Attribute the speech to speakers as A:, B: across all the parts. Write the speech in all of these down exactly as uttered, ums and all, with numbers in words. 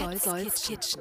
A: Petzolds Kitchen.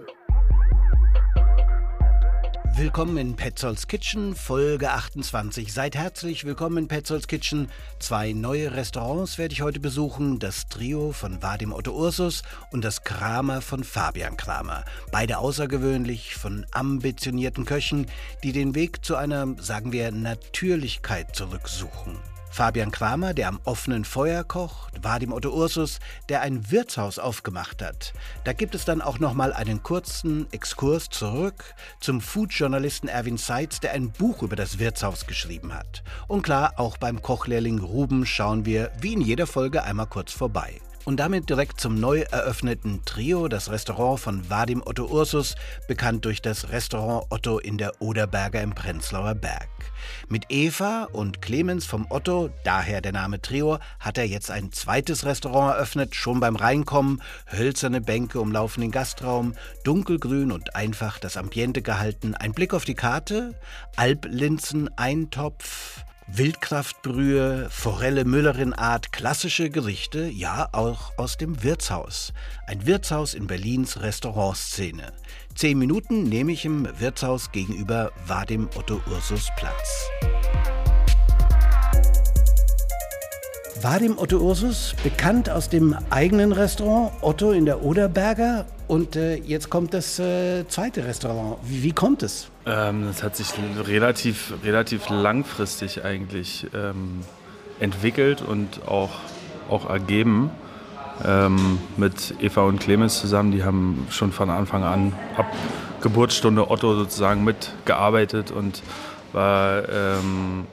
B: Willkommen in Petzolds Kitchen, Folge achtundzwanzig. Seid herzlich willkommen in Petzolds Kitchen. Zwei neue Restaurants werde ich heute besuchen. Das Trio von Vadim Otto Ursus und das Kramer von Fabian Kramer. Beide außergewöhnlich, von ambitionierten Köchen, die den Weg zu einer, sagen wir, Natürlichkeit zurücksuchen. Fabian Kramer, der am offenen Feuer kocht, Vadim Otto Ursus, der ein Wirtshaus aufgemacht hat. Da gibt es dann auch nochmal einen kurzen Exkurs zurück zum Food-Journalisten Erwin Seitz, der ein Buch über das Wirtshaus geschrieben hat. Und klar, auch beim Kochlehrling Ruben schauen wir wie in jeder Folge einmal kurz vorbei. Und damit direkt zum neu eröffneten Trio, das Restaurant von Vadim Otto Ursus, bekannt durch das Restaurant Otto in der Oderberger im Prenzlauer Berg. Mit Eva und Clemens vom Otto, daher der Name Trio, hat er jetzt ein zweites Restaurant eröffnet, schon beim Reinkommen. Hölzerne Bänke umlaufen den Gastraum, dunkelgrün und einfach das Ambiente gehalten. Ein Blick auf die Karte, Alplinsen, Eintopf, Wildkraftbrühe, Forelle Müllerin-Art, klassische Gerichte, ja auch aus dem Wirtshaus. Ein Wirtshaus in Berlins Restaurantszene. Zehn Minuten nehme ich im Wirtshaus gegenüber Vadim Otto Ursus Platz. Vadim Otto Ursus, bekannt aus dem eigenen Restaurant Otto in der Oderberger. Und äh, jetzt kommt das äh, zweite Restaurant. Wie, wie kommt es?
C: Ähm, das hat sich relativ, relativ langfristig eigentlich ähm, entwickelt und auch, auch ergeben. Ähm, mit Eva und Clemens zusammen, die haben schon von Anfang an ab Geburtsstunde Otto sozusagen mitgearbeitet und war ähm,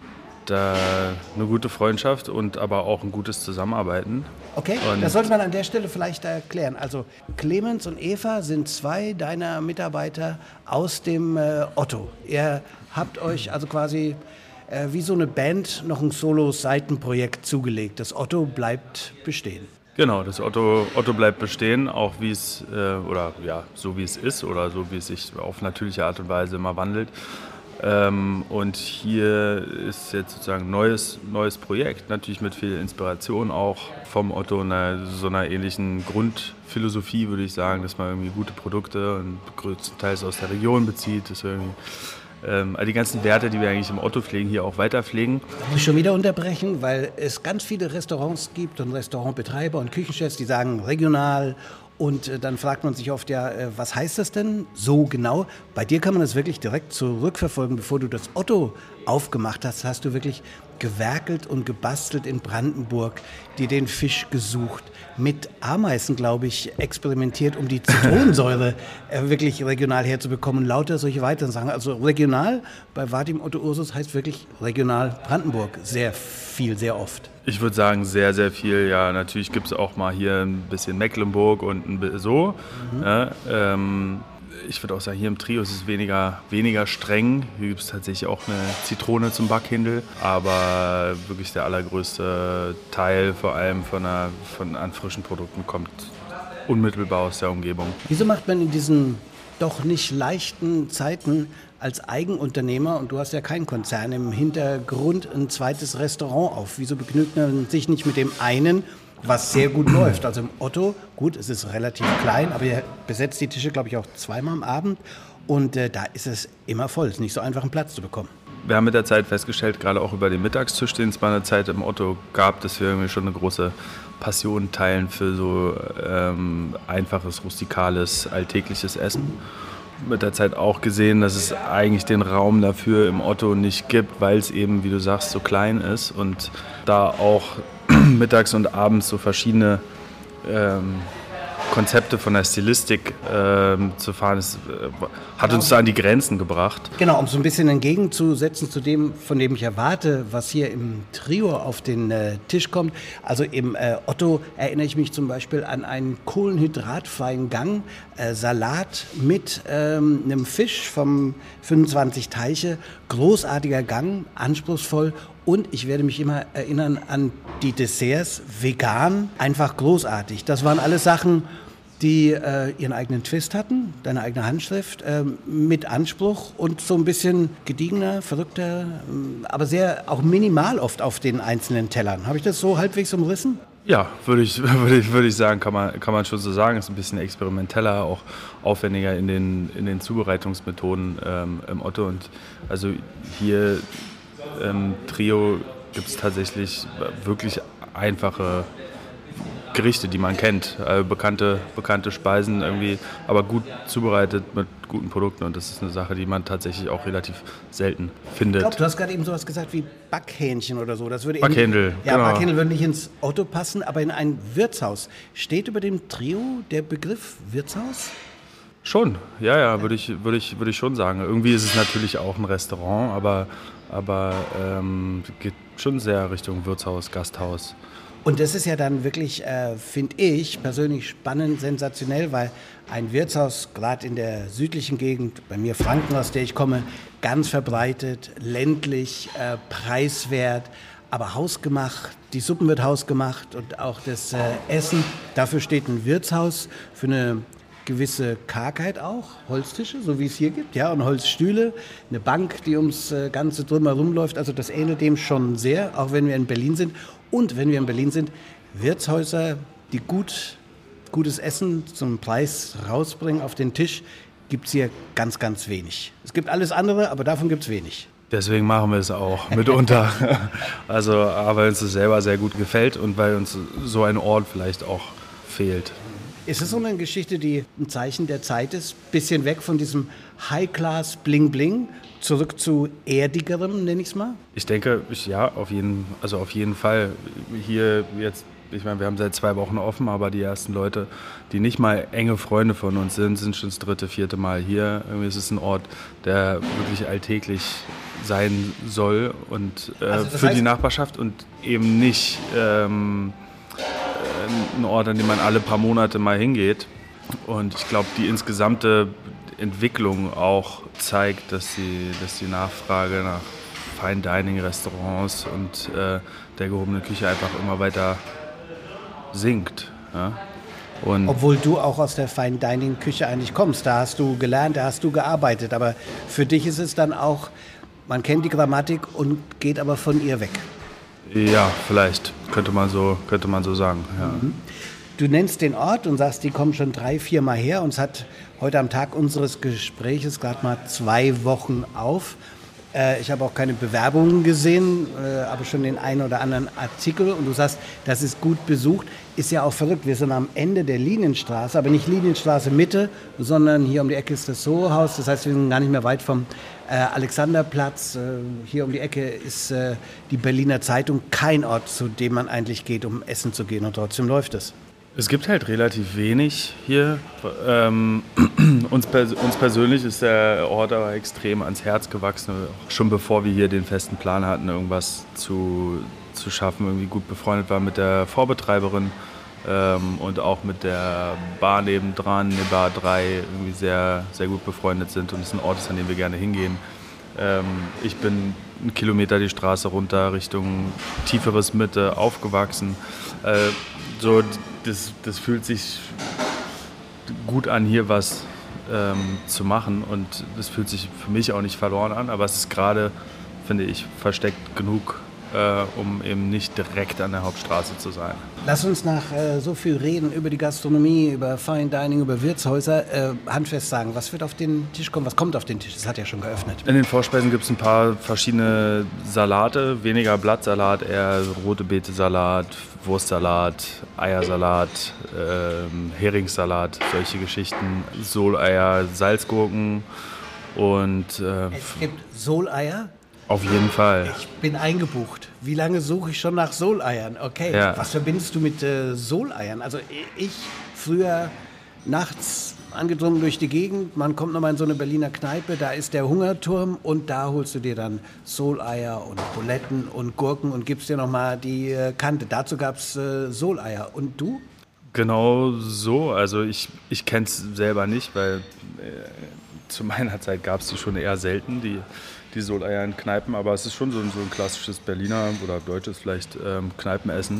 C: da eine gute Freundschaft und aber auch ein gutes Zusammenarbeiten.
B: Okay, und das sollte man an der Stelle vielleicht erklären. Also Clemens und Eva sind zwei deiner Mitarbeiter aus dem äh, Otto. Ihr habt euch also quasi äh, wie so eine Band noch ein Solo-Seitenprojekt zugelegt. Das Otto bleibt bestehen.
C: Genau, das Otto, Otto bleibt bestehen, auch wie es, äh, oder ja, so wie es ist oder so wie es sich auf natürliche Art und Weise immer wandelt. Ähm, und hier ist jetzt sozusagen ein neues, neues Projekt, natürlich mit viel Inspiration auch vom Otto, einer, so einer ähnlichen Grundphilosophie, würde ich sagen, dass man irgendwie gute Produkte und größtenteils aus der Region bezieht, dass irgendwie ähm, all die ganzen Werte, die wir eigentlich im Otto pflegen, hier auch weiter pflegen.
B: Da muss ich schon wieder unterbrechen, weil es ganz viele Restaurants gibt und Restaurantbetreiber und Küchenchefs, die sagen regional. Und äh, dann fragt man sich oft, ja, äh, was heißt das denn so genau? Bei dir kann man das wirklich direkt zurückverfolgen. Bevor du das Otto aufgemacht hast, hast du wirklich gewerkelt und gebastelt in Brandenburg, dir den Fisch gesucht, mit Ameisen, glaube ich, experimentiert, um die Zitronensäure äh, wirklich regional herzubekommen. Lauter solche weiteren Sachen. Also regional bei Vadim Otto Ursus heißt wirklich regional Brandenburg. Sehr viel, sehr oft.
C: Ich würde sagen, sehr, sehr viel. Ja, natürlich gibt es auch mal hier ein bisschen Mecklenburg und ein bisschen so. Mhm. Ja, ähm, ich würde auch sagen, hier im Trio ist es weniger, weniger streng. Hier gibt es tatsächlich auch eine Zitrone zum Backhindel. Aber wirklich der allergrößte Teil, vor allem von, einer, von an frischen Produkten, kommt unmittelbar aus der Umgebung.
B: Wieso macht man in diesen doch nicht leichten Zeiten als Eigenunternehmer, und du hast ja keinen Konzern im Hintergrund, ein zweites Restaurant auf? Wieso begnügt man sich nicht mit dem einen, was sehr gut läuft? Also im Otto, gut, es ist relativ klein, aber ihr besetzt die Tische, glaube ich, auch zweimal am Abend. Und äh, da ist es immer voll. Es ist nicht so einfach, einen Platz zu bekommen.
C: Wir haben mit der Zeit festgestellt, gerade auch über den Mittagstisch, den es mal eine Zeit im Otto gab, dass wir irgendwie schon eine große Passion teilen für so ähm, einfaches, rustikales, alltägliches Essen. Mit der Zeit auch gesehen, dass es eigentlich den Raum dafür im Otto nicht gibt, weil es eben, wie du sagst, so klein ist und da auch mittags und abends so verschiedene ähm, Konzepte von der Stilistik ähm, zu fahren, das äh, hat uns da an die Grenzen gebracht.
B: Genau, um so ein bisschen entgegenzusetzen zu dem, von dem ich erwarte, was hier im Trio auf den äh, Tisch kommt. Also im äh, Otto erinnere ich mich zum Beispiel an einen kohlenhydratfreien Gang, äh, Salat mit ähm, einem Fisch vom fünfundzwanzig Teiche, großartiger Gang, anspruchsvoll. Und ich werde mich immer erinnern an die Desserts, vegan, einfach großartig. Das waren alles Sachen, die äh, ihren eigenen Twist hatten, deine eigene Handschrift, äh, mit Anspruch und so ein bisschen gediegener, verrückter, äh, aber sehr auch minimal oft auf den einzelnen Tellern. Habe ich das so halbwegs umrissen?
C: Ja, würde ich, würde ich, würde ich sagen, kann man, kann man schon so sagen. Ist ein bisschen experimenteller, auch aufwendiger in den, in den Zubereitungsmethoden ähm, im Otto. Und also hier im Trio gibt es tatsächlich wirklich einfache Gerichte, die man kennt, also bekannte, bekannte Speisen irgendwie, aber gut zubereitet mit guten Produkten, und das ist eine Sache, die man tatsächlich auch relativ selten findet.
B: Ich glaube, du hast gerade eben sowas gesagt wie Backhähnchen oder so. Das würde
C: Backhändel,
B: in, ja,
C: genau.
B: Backhändel würde nicht ins Otto passen, aber in ein Wirtshaus. Steht über dem Trio der Begriff Wirtshaus?
C: Schon, ja, ja, würde ich, würde ich, würde ich schon sagen. Irgendwie ist es natürlich auch ein Restaurant, aber, aber ähm, geht schon sehr Richtung Wirtshaus, Gasthaus.
B: Und das ist ja dann wirklich, äh, finde ich, persönlich spannend, sensationell, weil ein Wirtshaus, gerade in der südlichen Gegend, bei mir Franken, aus der ich komme, ganz verbreitet, ländlich, äh, preiswert, aber hausgemacht. Die Suppen wird hausgemacht und auch das äh, Essen. Dafür steht ein Wirtshaus für eine gewisse Kargheit auch, Holztische, so wie es hier gibt, ja, und Holzstühle, eine Bank, die ums äh, Ganze drumherum läuft. Also das ähnelt dem schon sehr, auch wenn wir in Berlin sind. Und wenn wir in Berlin sind, Wirtshäuser, die gut, gutes Essen zum Preis rausbringen auf den Tisch, gibt es hier ganz, ganz wenig. Es gibt alles andere, aber davon gibt es wenig.
C: Deswegen machen wir es auch mitunter. Also, weil uns das selber sehr gut gefällt und weil uns so ein Ort vielleicht auch fehlt.
B: Ist es so eine Geschichte, die ein Zeichen der Zeit ist? Bisschen weg von diesem High-Class Bling-Bling, zurück zu erdigerem, nenne ich es mal?
C: Ich denke, ich, ja, auf jeden, also auf jeden Fall. Hier jetzt, ich meine, wir haben seit zwei Wochen offen, aber die ersten Leute, die nicht mal enge Freunde von uns sind, sind schon das dritte, vierte Mal hier. Irgendwie ist es ein Ort, der wirklich alltäglich sein soll und äh, also für heißt, die Nachbarschaft und eben nicht ähm, ein Ort, an dem man alle paar Monate mal hingeht. Und ich glaube, die insgesamte Entwicklung auch zeigt, dass die, dass die Nachfrage nach Fine Dining Restaurants und äh, der gehobenen Küche einfach immer weiter sinkt. Ja? Und
B: obwohl du auch aus der Fine Dining Küche eigentlich kommst. Da hast du gelernt, da hast du gearbeitet. Aber für dich ist es dann auch, man kennt die Grammatik und geht aber von ihr weg.
C: Ja, vielleicht, könnte man so, könnte man so sagen. Ja.
B: Mhm. Du nennst den Ort und sagst, die kommen schon drei, vier Mal her. Und es hat heute am Tag unseres Gespräches gerade mal zwei Wochen auf. Äh, ich habe auch keine Bewerbungen gesehen, äh, aber schon den einen oder anderen Artikel. Und du sagst, das ist gut besucht. Ist ja auch verrückt. Wir sind am Ende der Linienstraße, aber nicht Linienstraße Mitte, sondern hier um die Ecke ist das Soho-Haus. Das heißt, wir sind gar nicht mehr weit vom äh, Alexanderplatz. Äh, hier um die Ecke ist äh, die Berliner Zeitung, kein Ort, zu dem man eigentlich geht, um essen zu gehen. Und trotzdem läuft es.
C: Es gibt halt relativ wenig hier. Ähm, uns, pers- uns persönlich ist der Ort aber extrem ans Herz gewachsen. Schon bevor wir hier den festen Plan hatten, irgendwas zu, zu schaffen. Irgendwie gut befreundet war mit der Vorbetreiberin ähm, und auch mit der Bar nebendran, eine Bar drei, irgendwie sehr, sehr gut befreundet sind. Und es ist ein Ort, an dem wir gerne hingehen. Ähm, ich bin einen Kilometer die Straße runter Richtung tieferes Mitte aufgewachsen. Äh, so, das, das fühlt sich gut an, hier was ähm, zu machen, und das fühlt sich für mich auch nicht verloren an, aber es ist gerade, finde ich, versteckt genug, äh, um eben nicht direkt an der Hauptstraße zu sein.
B: Lass uns nach äh, so viel reden über die Gastronomie, über Fine Dining, über Wirtshäuser, äh, handfest sagen, was wird auf den Tisch kommen, was kommt auf den Tisch? Das hat ja schon geöffnet.
C: In den Vorspeisen gibt es ein paar verschiedene Salate, weniger Blattsalat, eher rote Beete-Salat, Wurstsalat, Eiersalat, ähm, Heringssalat, solche Geschichten, Soleier, Salzgurken und... Äh,
B: es gibt Soleier?
C: Auf jeden Fall.
B: Ich bin eingebucht. Wie lange suche ich schon nach Soleiern? Okay,
C: ja.
B: Was verbindest du mit äh, Soleiern? Also ich früher nachts angedrungen durch die Gegend, man kommt nochmal in so eine Berliner Kneipe, da ist der Hungerturm und da holst du dir dann Soleier und Buletten und Gurken und gibst dir nochmal die äh, Kante. Dazu gab es äh, Soleier. Und du?
C: Genau so. Also ich, ich kenne es selber nicht, weil äh, zu meiner Zeit gab es die schon eher selten, die die Soleier in Kneipen, aber es ist schon so ein, so ein klassisches Berliner oder deutsches vielleicht ähm, Kneipenessen.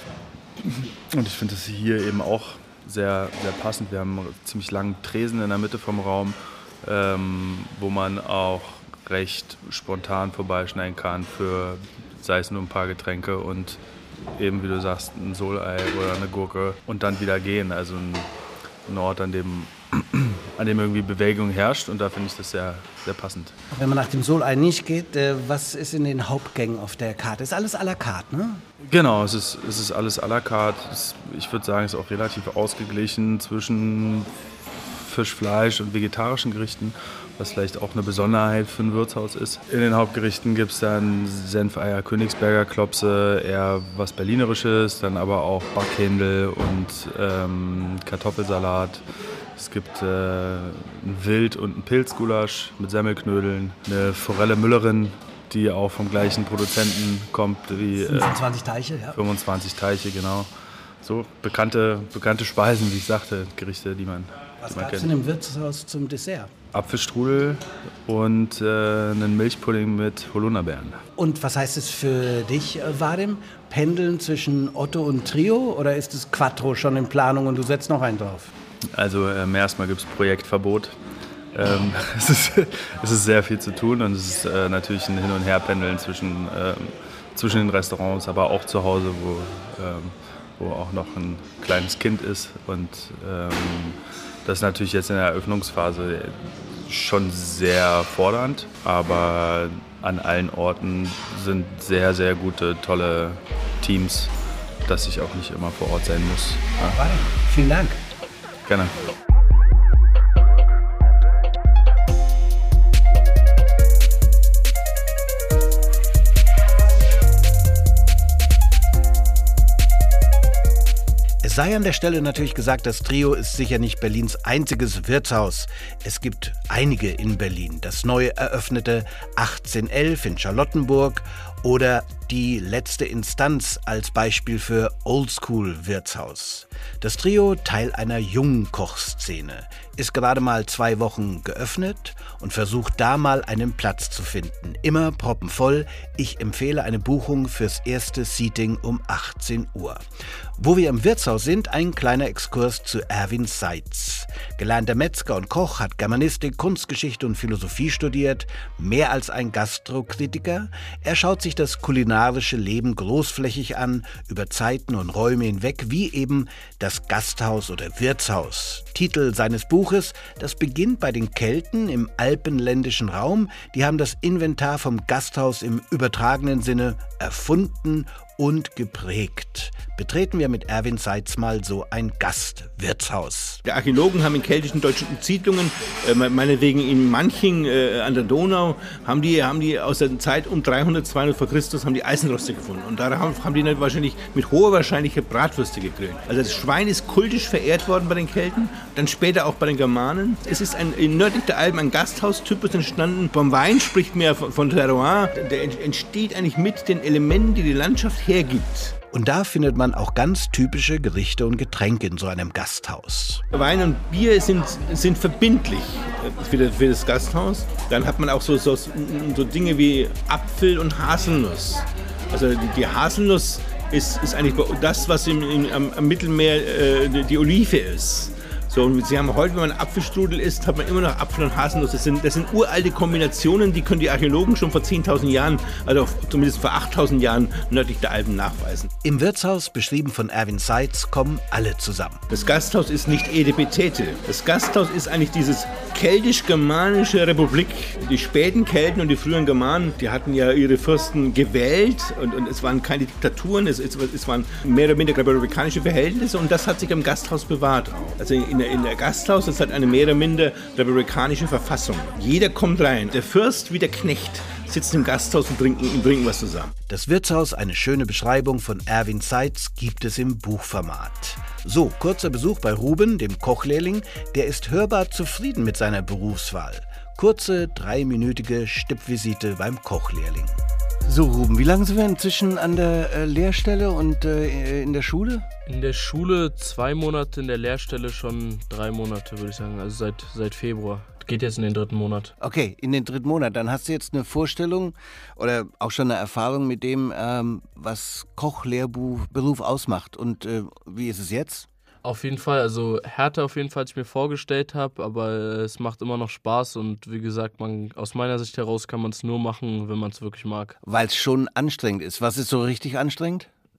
C: Und ich finde das hier eben auch sehr, sehr passend. Wir haben einen ziemlich langen Tresen in der Mitte vom Raum, ähm, wo man auch recht spontan vorbeischneiden kann für, sei es nur ein paar Getränke und eben, wie du sagst, ein Solei oder eine Gurke und dann wieder gehen. Also ein, ein Ort, an dem, an dem irgendwie Bewegung herrscht und da finde ich das sehr, sehr passend.
B: Wenn man nach dem Solei nicht geht, äh, was ist in den Hauptgängen auf der Karte? Ist alles à la carte, ne?
C: Genau, es ist, es ist alles à la carte. Es, ich würde sagen, es ist auch relativ ausgeglichen zwischen Fisch, Fleisch und vegetarischen Gerichten, was vielleicht auch eine Besonderheit für ein Wirtshaus ist. In den Hauptgerichten gibt es dann Senfeier, Königsberger Klopse, eher was Berlinerisches, dann aber auch Backhändel und ähm, Kartoffelsalat. Es gibt äh, ein Wild- und ein Pilzgulasch mit Semmelknödeln, eine Forelle Müllerin, die auch vom gleichen Produzenten kommt wie... Äh,
B: fünfundzwanzig Teiche, ja.
C: fünfundzwanzig Teiche, genau. So bekannte, bekannte Speisen, wie ich sagte, Gerichte, die man,
B: Was
C: die man
B: gab
C: kennt.
B: es in dem Wirtshaus zum Dessert?
C: Apfelstrudel und äh, einen Milchpudding mit Holunderbeeren.
B: Und was heißt es für dich, äh, Vadim? Pendeln zwischen Otto und Trio oder ist es Quattro schon in Planung und du setzt noch einen drauf?
C: Also ähm, erstmal gibt es Projektverbot. Ähm, es, ist, es ist sehr viel zu tun und es ist äh, natürlich ein Hin- und Herpendeln zwischen, ähm, zwischen den Restaurants, aber auch zu Hause, wo, ähm, wo auch noch ein kleines Kind ist. Und ähm, das ist natürlich jetzt in der Eröffnungsphase schon sehr fordernd, aber an allen Orten sind sehr, sehr gute, tolle Teams, dass ich auch nicht immer vor Ort sein muss. Ja.
B: Vadim, vielen Dank.
C: Gerne.
B: Es sei an der Stelle natürlich gesagt, das Trio ist sicher nicht Berlins einziges Wirtshaus. Es gibt einige in Berlin. Das neu eröffnete achtzehnhundertelf in Charlottenburg oder die letzte Instanz als Beispiel für Oldschool-Wirtshaus. Das Trio, Teil einer jungen Kochszene, ist gerade mal zwei Wochen geöffnet und versucht da mal einen Platz zu finden. Immer proppenvoll. Ich empfehle eine Buchung fürs erste Seating um achtzehn Uhr. Wo wir im Wirtshaus sind, ein kleiner Exkurs zu Erwin Seitz. Gelernter Metzger und Koch, hat Germanistik, Kunstgeschichte und Philosophie studiert. Mehr als ein Gastrokritiker. Er schaut sich das kulinarische Leben großflächig an, über Zeiten und Räume hinweg, wie eben das Gasthaus oder Wirtshaus. Titel seines Buches: Das beginnt bei den Kelten im alpenländischen Raum. Die haben das Inventar vom Gasthaus im übertragenen Sinne erfunden und geprägt. Betreten wir mit Erwin Seitz mal so ein Gastwirtshaus.
A: Die Archäologen haben in keltischen deutschen Siedlungen, äh, meinetwegen in Manching äh, an der Donau, haben die, haben die aus der Zeit um dreihundert, zweihundert vor Christus haben die Eisenroste gefunden. Und darauf haben die dann wahrscheinlich mit hoher Wahrscheinlichkeit Bratwürste gegrillt. Also das Schwein ist kultisch verehrt worden bei den Kelten, dann später auch bei den Germanen. Es ist ein, in nördlich der Alpen ein Gasthaustypus entstanden. Beim Wein spricht man ja von, von Terroir. Der entsteht eigentlich mit den Elementen, die die Landschaft hergibt.
B: Und da findet man auch ganz typische Gerichte und Getränke in so einem Gasthaus.
A: Wein und Bier sind, sind verbindlich für das, für das Gasthaus. Dann hat man auch so, so, so Dinge wie Apfel und Haselnuss. Also die, die Haselnuss ist, ist eigentlich das, was im, im, am, am Mittelmeer äh, die Olive ist. So, und Sie haben heute, wenn man Apfelstrudel isst, hat man immer noch Apfel und Haselnuss. Das sind, das sind uralte Kombinationen, die können die Archäologen schon vor zehntausend Jahren, also zumindest vor achttausend Jahren nördlich der Alpen nachweisen.
B: Im Wirtshaus, beschrieben von Erwin Seitz, kommen alle zusammen.
A: Das Gasthaus ist nicht Edipetete. Das Gasthaus ist eigentlich dieses keltisch-germanische Republik. Die späten Kelten und die frühen Germanen, die hatten ja ihre Fürsten gewählt und, und es waren keine Diktaturen, es, es, es waren mehr oder minder republikanische Verhältnisse und das hat sich am Gasthaus bewahrt auch. Also in der, in der Gasthaus, das hat eine mehr oder minder republikanische Verfassung. Jeder kommt rein. Der Fürst wie der Knecht sitzen im Gasthaus und trinken, und trinken was zusammen.
B: Das Wirtshaus, eine schöne Beschreibung von Erwin Seitz, gibt es im Buchformat. So, kurzer Besuch bei Ruben, dem Kochlehrling. Der ist hörbar zufrieden mit seiner Berufswahl. Kurze, dreiminütige Stippvisite beim Kochlehrling. So, Ruben, wie lange sind wir inzwischen an der äh, Lehrstelle und äh, in der Schule?
D: In der Schule zwei Monate, in der Lehrstelle schon drei Monate, würde ich sagen. Also seit, seit Februar. Geht jetzt in den dritten Monat.
B: Okay, in den dritten Monat. Dann hast du jetzt eine Vorstellung oder auch schon eine Erfahrung mit dem, ähm, was Kochlehrberuf ausmacht. Und äh, wie ist es jetzt?
D: Auf jeden Fall, also härter auf jeden Fall, als ich mir vorgestellt habe, aber es macht immer noch Spaß und wie gesagt, man, aus meiner Sicht heraus kann man es nur machen, wenn man es wirklich mag.
B: Weil es schon anstrengend ist. Was ist so richtig anstrengend?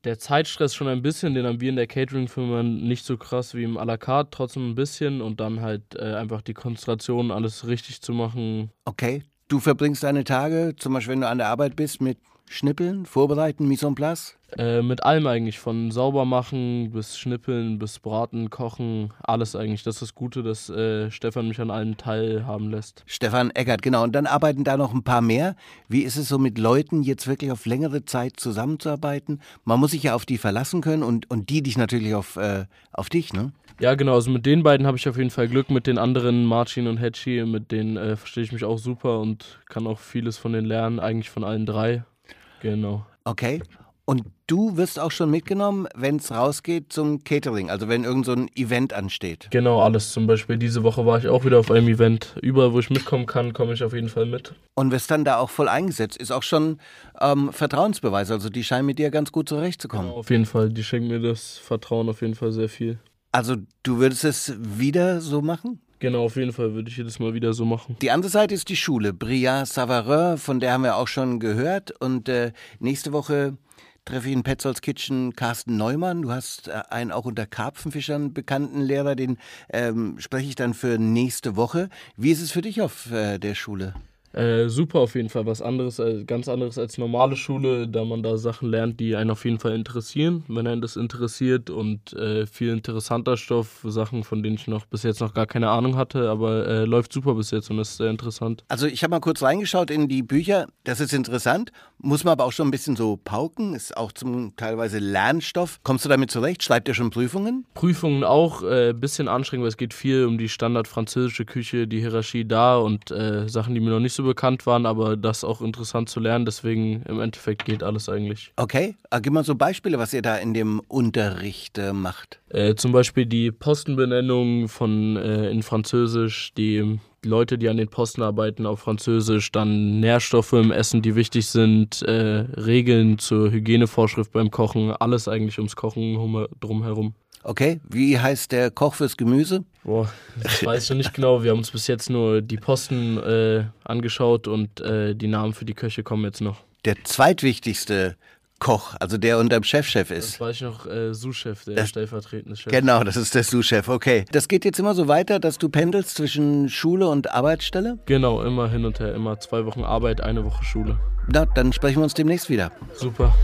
D: der Zeitstress schon ein bisschen, den haben wir in der Catering-Firma nicht so krass wie im à la carte, trotzdem ein bisschen und dann halt äh, einfach die Konzentration, alles richtig zu machen.
B: Okay, du verbringst deine Tage, zum Beispiel wenn du an der Arbeit bist, mit Schnippeln, Vorbereiten, Mise en place?
D: Äh, mit allem eigentlich, von sauber machen bis Schnippeln, bis Braten, Kochen, alles eigentlich. Das ist das Gute, dass äh, Stefan mich an allem teilhaben lässt.
B: Stefan Eckert, genau. Und dann arbeiten da noch ein paar mehr. Wie ist es so mit Leuten, jetzt wirklich auf längere Zeit zusammenzuarbeiten? Man muss sich ja auf die verlassen können und, und die dich natürlich auf, äh, auf dich, ne?
D: Ja, genau. Also mit den beiden habe ich auf jeden Fall Glück. Mit den anderen, Marcin und Hetschi, mit denen äh, verstehe ich mich auch super und kann auch vieles von denen lernen, eigentlich von allen drei. Genau.
B: Okay. Und du wirst auch schon mitgenommen, wenn es rausgeht zum Catering, also wenn irgend so ein Event ansteht?
D: Genau, alles. Zum Beispiel diese Woche war ich auch wieder auf einem Event. Überall, wo ich mitkommen kann, komme ich auf jeden Fall mit.
B: Und wirst dann da auch voll eingesetzt. Ist auch schon ähm, Vertrauensbeweis, also die scheinen mit dir ganz gut zurechtzukommen.
D: Genau, auf jeden Fall. Die schenken mir das Vertrauen auf jeden Fall sehr viel.
B: Also du würdest es wieder so machen?
D: Genau, auf jeden Fall würde ich jedes Mal wieder so machen.
B: Die andere Seite ist die Schule, Brillat Savarin, von der haben wir auch schon gehört. Und äh, nächste Woche treffe ich in Petzolds Kitchen Carsten Neumann. Du hast äh, einen auch unter Karpfenfischern bekannten Lehrer, den ähm, spreche ich dann für nächste Woche. Wie ist es für dich auf äh, der Schule?
D: Äh, super auf jeden Fall, was anderes, äh, ganz anderes als normale Schule, da man da Sachen lernt, die einen auf jeden Fall interessieren, wenn einen das interessiert und äh, viel interessanter Stoff, Sachen, von denen ich noch bis jetzt noch gar keine Ahnung hatte, aber äh, läuft super bis jetzt und ist sehr interessant.
B: Also ich habe mal kurz reingeschaut in die Bücher, das ist interessant, muss man aber auch schon ein bisschen so pauken, ist auch zum teilweise Lernstoff. Kommst du damit zurecht? Schreibt ihr schon Prüfungen?
D: Prüfungen auch, ein äh, bisschen anstrengend, weil es geht viel um die standard-französische Küche, die Hierarchie da und äh, Sachen, die mir noch nicht so bekannt waren, aber das auch interessant zu lernen, deswegen im Endeffekt geht alles eigentlich.
B: Okay, gib mal so Beispiele, was ihr da in dem Unterricht äh, macht.
D: Äh, zum Beispiel die Postenbenennung von äh, in Französisch, die Leute, die an den Posten arbeiten auf Französisch, dann Nährstoffe im Essen, die wichtig sind, äh, Regeln zur Hygienevorschrift beim Kochen, alles eigentlich ums Kochen drumherum.
B: Okay, wie heißt der Koch fürs Gemüse?
D: Boah, das weiß ich noch nicht genau. Wir haben uns bis jetzt nur die Posten äh, angeschaut und äh, die Namen für die Köche kommen jetzt noch.
B: Der zweitwichtigste Koch, also der unterm Chefchef ist.
D: Das weiß ich noch, äh, Sous-Chef, der
B: das,
D: stellvertretende Chef.
B: Genau, das ist der Sous-Chef, okay. Das geht jetzt immer so weiter, dass du pendelst zwischen Schule und Arbeitsstelle?
D: Genau, immer hin und her, immer zwei Wochen Arbeit, eine Woche Schule.
B: Na, dann sprechen wir uns demnächst wieder.
D: Super.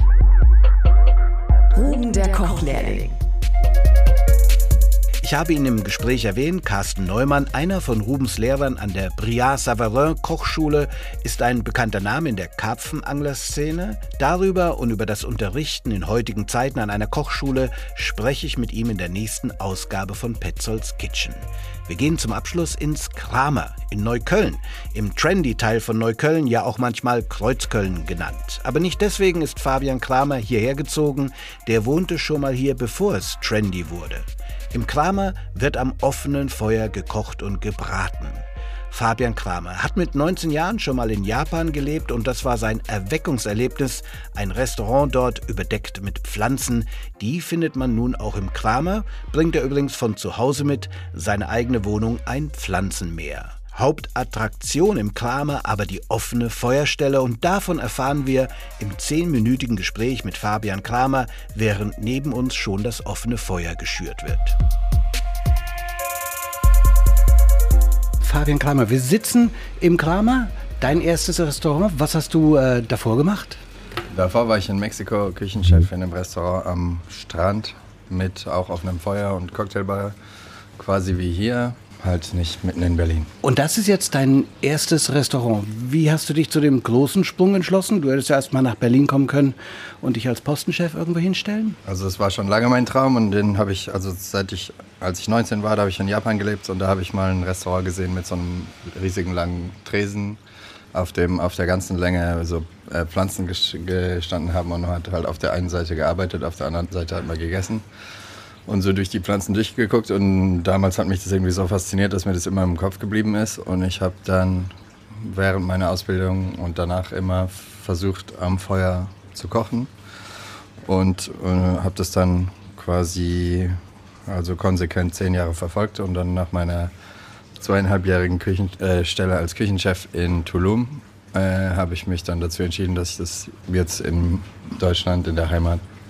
E: Ruben der Kochlehrling.
B: Ich habe ihn im Gespräch erwähnt, Carsten Neumann, einer von Rubens Lehrern an der Brillat Savarin Kochschule, ist ein bekannter Name in der Karpfenanglerszene. Darüber und über das Unterrichten in heutigen Zeiten an einer Kochschule spreche ich mit ihm in der nächsten Ausgabe von Petzolds Kitchen. Wir gehen zum Abschluss ins Kramer in Neukölln, im Trendy-Teil von Neukölln, ja auch manchmal Kreuzköln genannt. Aber nicht deswegen ist Fabian Kramer hierher gezogen, der wohnte schon mal hier, bevor es trendy wurde. Im Kramer wird am offenen Feuer gekocht und gebraten. Fabian Kramer hat mit neunzehn Jahren schon mal in Japan gelebt und das war sein Erweckungserlebnis. Ein Restaurant dort überdeckt mit Pflanzen. Die findet man nun auch im Kramer, bringt er übrigens von zu Hause mit, seine eigene Wohnung ein Pflanzenmeer. Hauptattraktion im Kramer aber die offene Feuerstelle und davon erfahren wir im zehnminütigen Gespräch mit Fabian Kramer, während neben uns schon das offene Feuer geschürt wird. Fabian Kramer, wir sitzen im Kramer, dein erstes Restaurant. Was hast du äh, davor gemacht?
F: Davor war ich in Mexiko Küchenchef in einem Restaurant am Strand mit auch offenem Feuer und Cocktailbar, quasi wie hier. Halt nicht mitten in Berlin.
B: Und das ist jetzt dein erstes Restaurant. Wie hast du dich zu dem großen Sprung entschlossen? Du hättest ja erst mal nach Berlin kommen können und dich als Postenchef irgendwo hinstellen?
F: Also es war schon lange mein Traum und den habe ich, also seit ich, als ich neunzehn war, da habe ich in Japan gelebt und da habe ich mal ein Restaurant gesehen mit so einem riesigen langen Tresen, auf dem auf der ganzen Länge so äh, Pflanzen gestanden haben und man hat halt auf der einen Seite gearbeitet, auf der anderen Seite hat man gegessen. Und so durch die Pflanzen durchgeguckt und damals hat mich das irgendwie so fasziniert, dass mir das immer im Kopf geblieben ist. Und ich habe dann während meiner Ausbildung und danach immer versucht, am Feuer zu kochen. Und äh, habe das dann quasi also konsequent zehn Jahre verfolgt. Und dann nach meiner zweieinhalbjährigen Küchen, äh, Stelle als Küchenchef in Tulum äh, habe ich mich dann dazu entschieden, dass ich das jetzt in Deutschland, in der Heimat,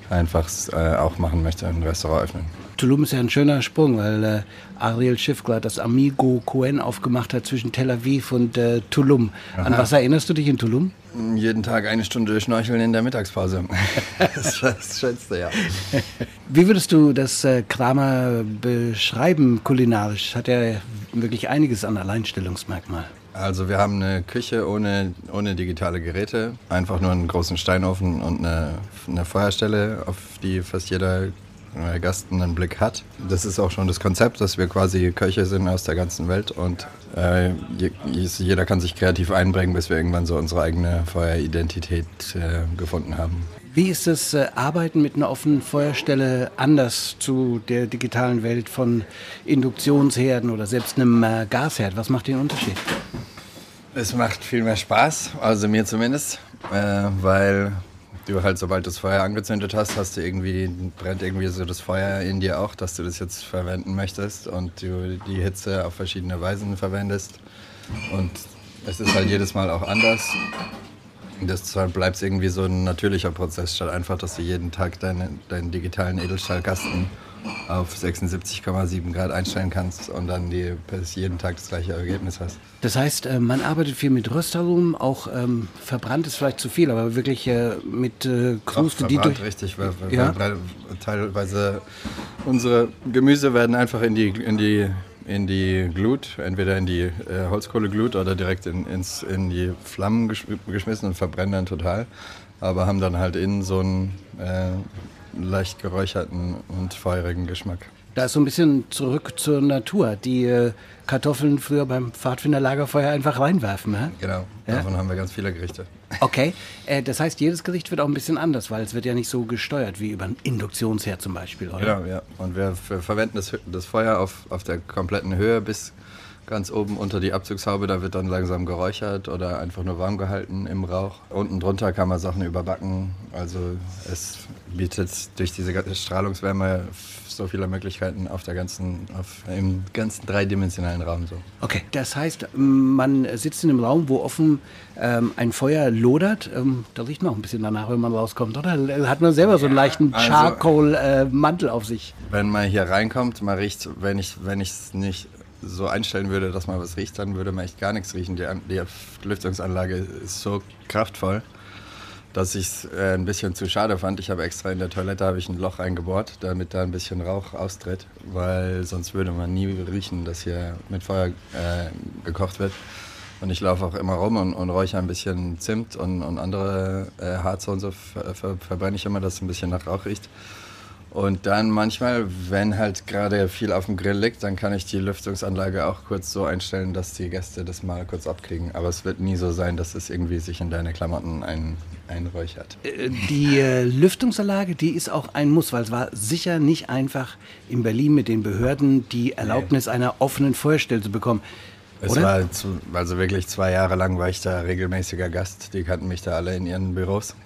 F: einfach äh, auch machen möchte, ein Restaurant öffnen.
B: Tulum ist ja ein schöner Sprung, weil äh, Ariel Schiffgler das Amigo Cohen aufgemacht hat zwischen Tel Aviv und äh, Tulum. Aha. An was erinnerst du dich in Tulum?
F: Jeden Tag eine Stunde schnorcheln in der Mittagspause. Das war das Schönste, ja.
B: Wie würdest du das äh, Kramer beschreiben kulinarisch? Hat er wirklich einiges an Alleinstellungsmerkmal.
F: Also wir haben eine Küche ohne, ohne digitale Geräte, einfach nur einen großen Steinofen und eine, eine Feuerstelle, auf die fast jeder Gast einen Blick hat. Das ist auch schon das Konzept, dass wir quasi Köche sind aus der ganzen Welt und äh, jeder kann sich kreativ einbringen, bis wir irgendwann so unsere eigene Feueridentität äh, gefunden haben.
B: Wie ist das äh, Arbeiten mit einer offenen Feuerstelle anders zu der digitalen Welt von Induktionsherden oder selbst einem äh, Gasherd? Was macht den Unterschied?
F: Es macht viel mehr Spaß, also mir zumindest, äh, weil du halt, sobald du das Feuer angezündet hast, hast du irgendwie, brennt irgendwie so das Feuer in dir auch, dass du das jetzt verwenden möchtest und du die Hitze auf verschiedene Weisen verwendest. Und es ist halt jedes Mal auch anders. Deshalb bleibt es irgendwie so ein natürlicher Prozess, statt einfach, dass du jeden Tag deine, deinen digitalen Edelstahlkasten auf sechsundsiebzig Komma sieben Grad einstellen kannst und dann die, bis jeden Tag das gleiche Ergebnis hast.
B: Das heißt, man arbeitet viel mit Röstaromen, auch ähm, verbrannt ist vielleicht zu viel, aber wirklich äh, mit äh, Kruste, die durch...
F: richtig, weil, ja? weil teilweise unsere Gemüse werden einfach in die, in die, in die Glut, entweder in die äh, Holzkohleglut oder direkt in, ins, in die Flammen gesch- geschmissen und verbrennen dann total, aber haben dann halt innen so einen äh, leicht geräucherten und feurigen Geschmack.
B: Da ist so ein bisschen zurück zur Natur. Die äh, Kartoffeln früher beim Pfadfinder-Lagerfeuer einfach reinwerfen. Hä?
F: Genau,
B: ja?
F: Davon haben wir ganz viele Gerichte.
B: Okay, äh, das heißt, jedes Gericht wird auch ein bisschen anders, weil es wird ja nicht so gesteuert wie über ein Induktionsherd zum Beispiel, oder?
F: Genau, ja. Und wir, wir verwenden das, das Feuer auf, auf der kompletten Höhe bis ganz oben unter die Abzugshaube. Da wird dann langsam geräuchert oder einfach nur warm gehalten im Rauch. Unten drunter kann man Sachen überbacken. Also es bietet durch diese Strahlungswärme so viele Möglichkeiten auf der ganzen, auf, im ganzen dreidimensionalen Raum. So.
B: Okay, das heißt, man sitzt in einem Raum, wo offen ähm, ein Feuer lodert. Ähm, da riecht man auch ein bisschen danach, wenn man rauskommt, oder? Hat man selber so einen leichten
F: also,
B: Charcoal-Mantel äh, auf sich?
F: Wenn man hier reinkommt, man riecht, wenn ich wenn ich es nicht so einstellen würde, dass man was riecht, dann würde man echt gar nichts riechen. Die, die Lüftungsanlage ist so kraftvoll, dass ich es äh, ein bisschen zu schade fand. Ich habe extra in der Toilette habe ich ein Loch reingebohrt, damit da ein bisschen Rauch austritt, weil sonst würde man nie riechen, dass hier mit Feuer äh, gekocht wird. Und ich laufe auch immer rum und, und räuche ein bisschen Zimt und, und andere äh, Harze und so ver, ver, verbrenne ich immer, dass es ein bisschen nach Rauch riecht. Und dann manchmal, wenn halt gerade viel auf dem Grill liegt, dann kann ich die Lüftungsanlage auch kurz so einstellen, dass die Gäste das mal kurz abkriegen. Aber es wird nie so sein, dass es irgendwie sich in deine Klamotten ein, einräuchert.
B: Die äh, Lüftungsanlage, die ist auch ein Muss, weil es war sicher nicht einfach in Berlin mit den Behörden die Erlaubnis nee. einer offenen Feuerstelle zu bekommen.
F: Es
B: Oder?
F: war zu, also wirklich zwei Jahre lang war ich da regelmäßiger Gast. Die kannten mich da alle in ihren Büros.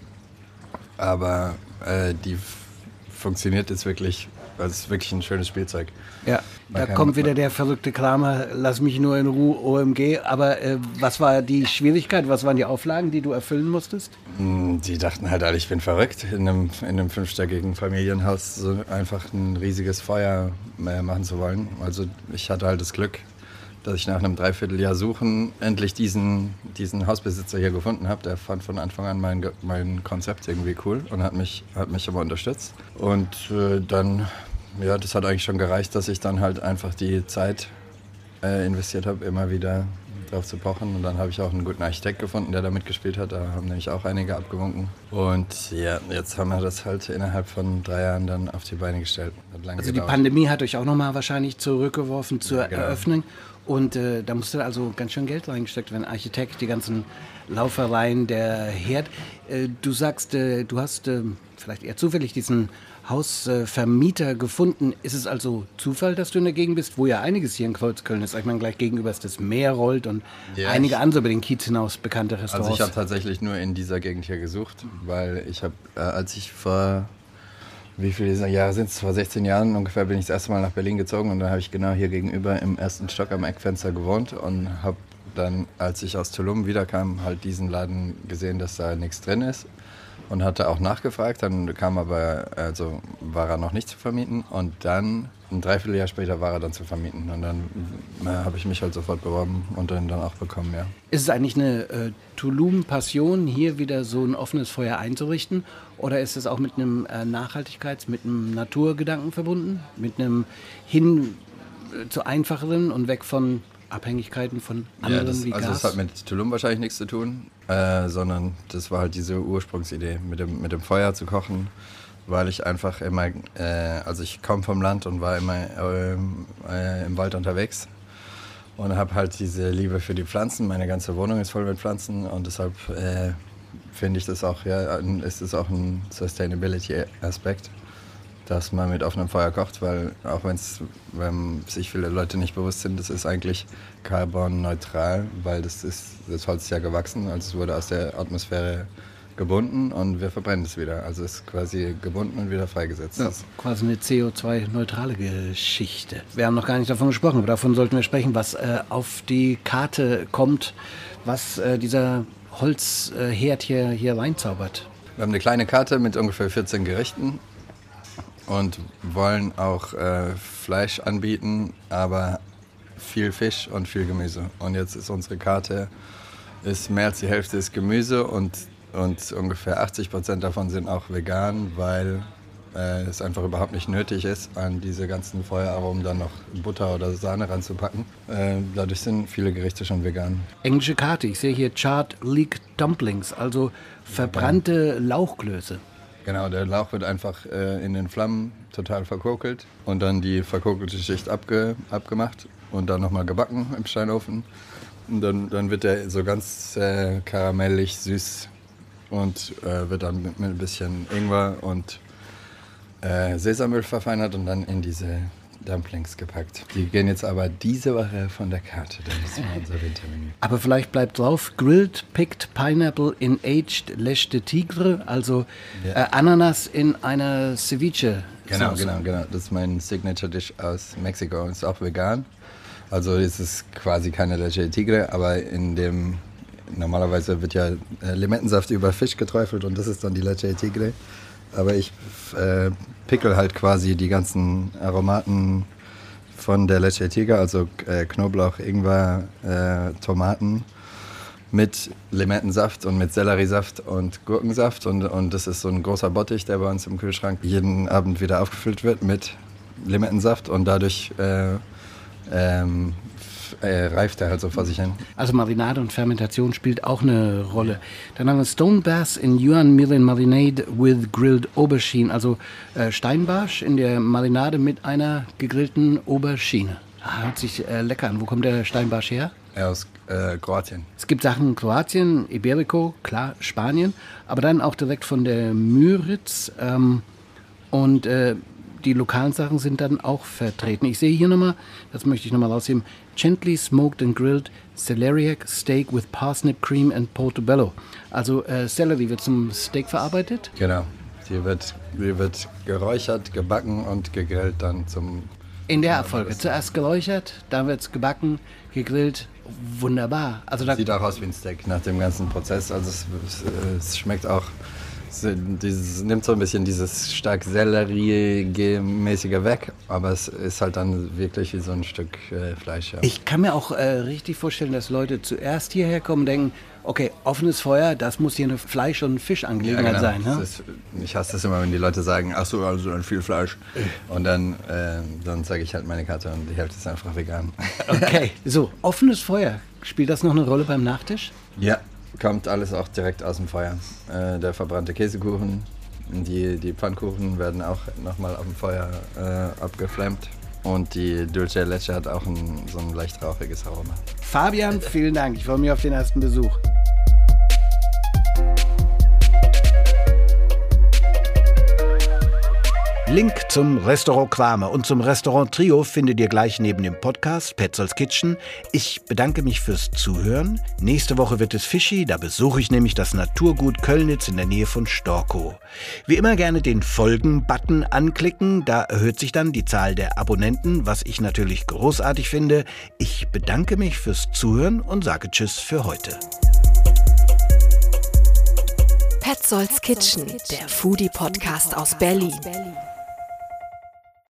F: Aber äh, die funktioniert jetzt wirklich, das ist wirklich ein schönes Spielzeug.
B: Ja, da kommt wieder der verrückte Kramer, lass mich nur in Ruhe, O M G. Aber äh, was war die Schwierigkeit, was waren die Auflagen, die du erfüllen musstest?
F: Die dachten halt alle, ich bin verrückt, in einem, in einem fünfstöckigen Familienhaus so einfach ein riesiges Feuer machen zu wollen. Also ich hatte halt das Glück, dass ich nach einem Dreivierteljahr Suchen endlich diesen, diesen Hausbesitzer hier gefunden habe. Der fand von Anfang an mein, mein Konzept irgendwie cool und hat mich, hat mich immer unterstützt. Und äh, dann, ja, das hat eigentlich schon gereicht, dass ich dann halt einfach die Zeit äh, investiert habe, immer wieder drauf zu pochen. Und dann habe ich auch einen guten Architekt gefunden, der da mitgespielt hat. Da haben nämlich auch einige abgewunken. Und ja, jetzt haben wir das halt innerhalb von drei Jahren dann auf die Beine gestellt. Hat lange
B: also
F: gedauert.
B: Die Pandemie hat euch auch nochmal wahrscheinlich zurückgeworfen zur
F: ja, genau.
B: Eröffnung. Und äh, da musste also ganz schön Geld reingesteckt werden. Architekt, die ganzen Laufereien, der Herd. Äh, du sagst, äh, du hast äh, vielleicht eher zufällig diesen Hausvermieter äh, gefunden. Ist es also Zufall, dass du in der Gegend bist, wo ja einiges hier in Kreuzköln ist? Ich meine, gleich gegenüber ist das Meer rollt und ja, einige
F: ich,
B: andere über den Kiez hinaus bekannte Restaurants.
F: Also ich habe tatsächlich nur in dieser Gegend hier gesucht, weil ich habe, äh, als ich vor... Wie viele Jahre sind es? Vor sechzehn Jahren ungefähr bin ich das erste Mal nach Berlin gezogen und dann habe ich genau hier gegenüber im ersten Stock am Eckfenster gewohnt und habe dann, als ich aus Tulum wiederkam, halt diesen Laden gesehen, dass da nichts drin ist und hatte auch nachgefragt. Dann kam aber, also war er noch nicht zu vermieten und dann ein Dreivierteljahr später war er dann zu vermieten und dann äh, habe ich mich halt sofort beworben und dann, dann auch bekommen, ja.
B: Ist es eigentlich eine äh, Tulum-Passion, hier wieder so ein offenes Feuer einzurichten oder ist es auch mit einem äh, Nachhaltigkeits-, mit einem Naturgedanken verbunden? Mit einem hin äh, zu einfacheren und weg von Abhängigkeiten von anderen
F: ja, das,
B: wie Gas?
F: Also das hat mit Tulum wahrscheinlich nichts zu tun, äh, sondern das war halt diese Ursprungsidee, mit dem, mit dem Feuer zu kochen, weil ich einfach immer, äh, also ich komme vom Land und war immer äh, äh, im Wald unterwegs und habe halt diese Liebe für die Pflanzen. Meine ganze Wohnung ist voll mit Pflanzen und deshalb äh, finde ich das auch, ja, ist es auch ein Sustainability-Aspekt, dass man mit offenem Feuer kocht, weil auch wenn's, wenn sich viele Leute nicht bewusst sind, das ist eigentlich carbonneutral, weil das ist, das Holz ist ja gewachsen, also es wurde aus der Atmosphäre gebunden und wir verbrennen es wieder. Also es ist quasi gebunden und wieder freigesetzt.
B: Ja, quasi eine C O zwei neutrale Geschichte. Wir haben noch gar nicht davon gesprochen, aber davon sollten wir sprechen, was äh, auf die Karte kommt, was äh, dieser Holzherd hier, hier reinzaubert.
F: Wir haben eine kleine Karte mit ungefähr vierzehn Gerichten und wollen auch äh, Fleisch anbieten, aber viel Fisch und viel Gemüse. Und jetzt ist unsere Karte, ist mehr als die Hälfte ist Gemüse und Und ungefähr achtzig Prozent davon sind auch vegan, weil äh, es einfach überhaupt nicht nötig ist, an diese ganzen Feueraromen dann noch Butter oder Sahne ranzupacken. Äh, dadurch sind viele Gerichte schon vegan.
B: Englische Karte, ich sehe hier Charred Leek Dumplings, also verbrannte Lauchklöße.
F: Genau, der Lauch wird einfach äh, in den Flammen total verkokelt und dann die verkokelte Schicht abge, abgemacht und dann nochmal gebacken im Steinofen. Und dann, dann wird der so ganz äh, karamellig süß und äh, wird dann mit, mit ein bisschen Ingwer und äh, Sesamöl verfeinert und dann in diese Dumplings gepackt. Die gehen jetzt aber diese Woche von der Karte, das ist unser Wintermenü.
B: Aber vielleicht bleibt drauf, Grilled Picked Pineapple in Aged Lèche de Tigre, also
F: ja.
B: äh, Ananas in einer Ceviche.
F: Genau, genau, genau. Das ist mein Signature-Dish aus Mexiko und ist auch vegan. Also es ist quasi keine Leche de Tigre, aber in dem normalerweise wird ja äh, Limettensaft über Fisch geträufelt und das ist dann die Leche de Tigre. Aber ich äh, pickel halt quasi die ganzen Aromaten von der Leche de Tigre, also äh, Knoblauch, Ingwer, äh, Tomaten mit Limettensaft und mit Selleriesaft und Gurkensaft. Und, und das ist so ein großer Bottich, der bei uns im Kühlschrank jeden Abend wieder aufgefüllt wird mit Limettensaft und dadurch äh, ähm, Äh, reift er halt so vor sich hin.
B: Also Marinade und Fermentation spielt auch eine Rolle. Dann haben wir Stone Bass in Yuan Mirin Marinade with Grilled Aubergine, also äh, Steinbarsch in der Marinade mit einer gegrillten Aubergine. Ah, hört sich äh, lecker an. Wo kommt der Steinbarsch her?
F: Aus äh, Kroatien.
B: Es gibt Sachen in Kroatien, Iberico, klar, Spanien, aber dann auch direkt von der Müritz ähm, und äh, die lokalen Sachen sind dann auch vertreten. Ich sehe hier nochmal, das möchte ich nochmal rausheben, Gently Smoked and Grilled Celeriac Steak with Parsnip Cream and Portobello. Also äh, Celery wird zum Steak verarbeitet?
F: Genau. Die wird, die wird geräuchert, gebacken und gegrillt dann zum...
B: In der Abfolge. Zuerst geräuchert, dann wird es gebacken, gegrillt. Wunderbar. Also da
F: Sieht auch aus wie ein Steak nach dem ganzen Prozess. Also es, es, es schmeckt auch... Es dieses, nimmt so ein bisschen dieses stark Sellerie-mäßige weg, aber es ist halt dann wirklich wie so ein Stück äh, Fleisch. Ja.
B: Ich kann mir auch äh, richtig vorstellen, dass Leute zuerst hierher kommen und denken, okay, offenes Feuer, das muss hier eine Fleisch- und Fischangelegenheit
F: ja, genau.
B: sein. Ne?
F: Ist, ich hasse das immer, wenn die Leute sagen, ach so, also dann viel Fleisch. Und dann, äh, dann zeige ich halt meine Karte und die Hälfte ist einfach vegan.
B: Okay, so, offenes Feuer, spielt das noch eine Rolle beim Nachtisch?
F: Ja. Kommt alles auch direkt aus dem Feuer. Äh, der verbrannte Käsekuchen, die, die Pfannkuchen werden auch nochmal auf dem Feuer äh, abgeflammt. Und die Dulce Leche hat auch ein, so ein leicht rauchiges Aroma.
B: Fabian, vielen Dank. Ich freue mich auf den ersten Besuch. Link zum Restaurant Kwame und zum Restaurant Trio findet ihr gleich neben dem Podcast Petzolds Kitchen. Ich bedanke mich fürs Zuhören. Nächste Woche wird es fishy, da besuche ich nämlich das Naturgut Köllnitz in der Nähe von Storkow. Wie immer gerne den Folgen-Button anklicken, da erhöht sich dann die Zahl der Abonnenten, was ich natürlich großartig finde. Ich bedanke mich fürs Zuhören und sage Tschüss für heute.
E: Petzolds Kitchen, der Foodie-Podcast aus Berlin.